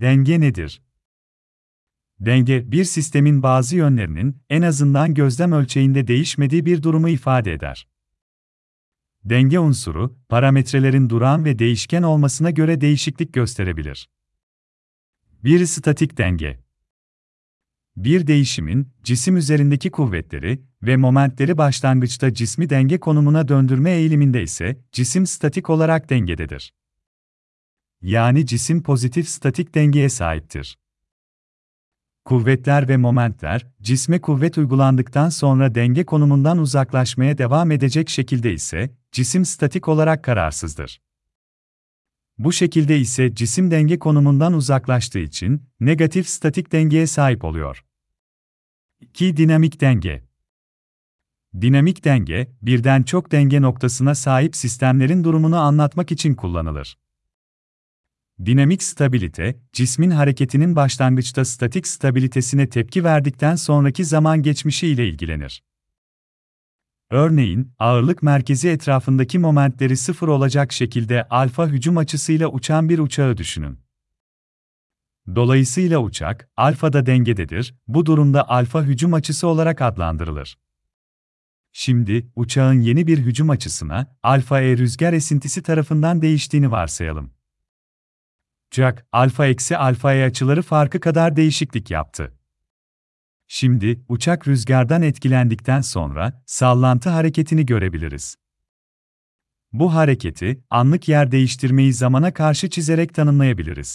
Denge nedir? Denge, bir sistemin bazı yönlerinin, en azından gözlem ölçeğinde değişmediği bir durumu ifade eder. Denge unsuru, parametrelerin durağan ve değişken olmasına göre değişiklik gösterebilir. Bir statik denge. Bir değişimin, cisim üzerindeki kuvvetleri ve momentleri başlangıçta cismi denge konumuna döndürme eğiliminde ise, cisim statik olarak dengededir. Yani cisim pozitif statik dengeye sahiptir. Kuvvetler ve momentler, cisme kuvvet uygulandıktan sonra denge konumundan uzaklaşmaya devam edecek şekilde ise, cisim statik olarak kararsızdır. Bu şekilde ise cisim denge konumundan uzaklaştığı için, negatif statik dengeye sahip oluyor. 2. Dinamik denge. Dinamik denge, birden çok denge noktasına sahip sistemlerin durumunu anlatmak için kullanılır. Dinamik stabilite, cismin hareketinin başlangıçta statik stabilitesine tepki verdikten sonraki zaman geçmişi ile ilgilenir. Örneğin, ağırlık merkezi etrafındaki momentleri sıfır olacak şekilde alfa hücum açısıyla uçan bir uçağı düşünün. Dolayısıyla uçak, alfada dengededir, bu durumda alfa hücum açısı olarak adlandırılır. Şimdi, uçağın yeni bir hücum açısına, alfa e rüzgar esintisi tarafından değiştiğini varsayalım. Uçak, alfa eksi alfa e açıları farkı kadar değişiklik yaptı. Şimdi, uçak rüzgardan etkilendikten sonra, sallantı hareketini görebiliriz. Bu hareketi, anlık yer değiştirmeyi zamana karşı çizerek tanımlayabiliriz.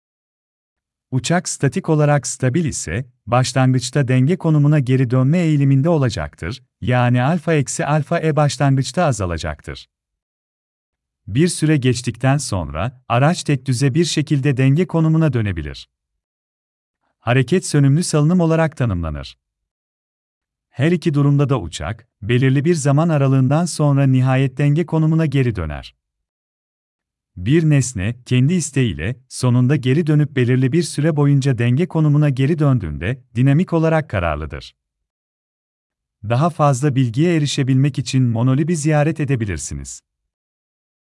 Uçak statik olarak stabil ise, başlangıçta denge konumuna geri dönme eğiliminde olacaktır, yani alfa eksi alfa e başlangıçta azalacaktır. Bir süre geçtikten sonra, araç tekdüze bir şekilde denge konumuna dönebilir. Hareket sönümlü salınım olarak tanımlanır. Her iki durumda da uçak, belirli bir zaman aralığından sonra nihayet denge konumuna geri döner. Bir nesne, kendi isteğiyle, sonunda geri dönüp belirli bir süre boyunca denge konumuna geri döndüğünde, dinamik olarak kararlıdır. Daha fazla bilgiye erişebilmek için Monolib'i ziyaret edebilirsiniz.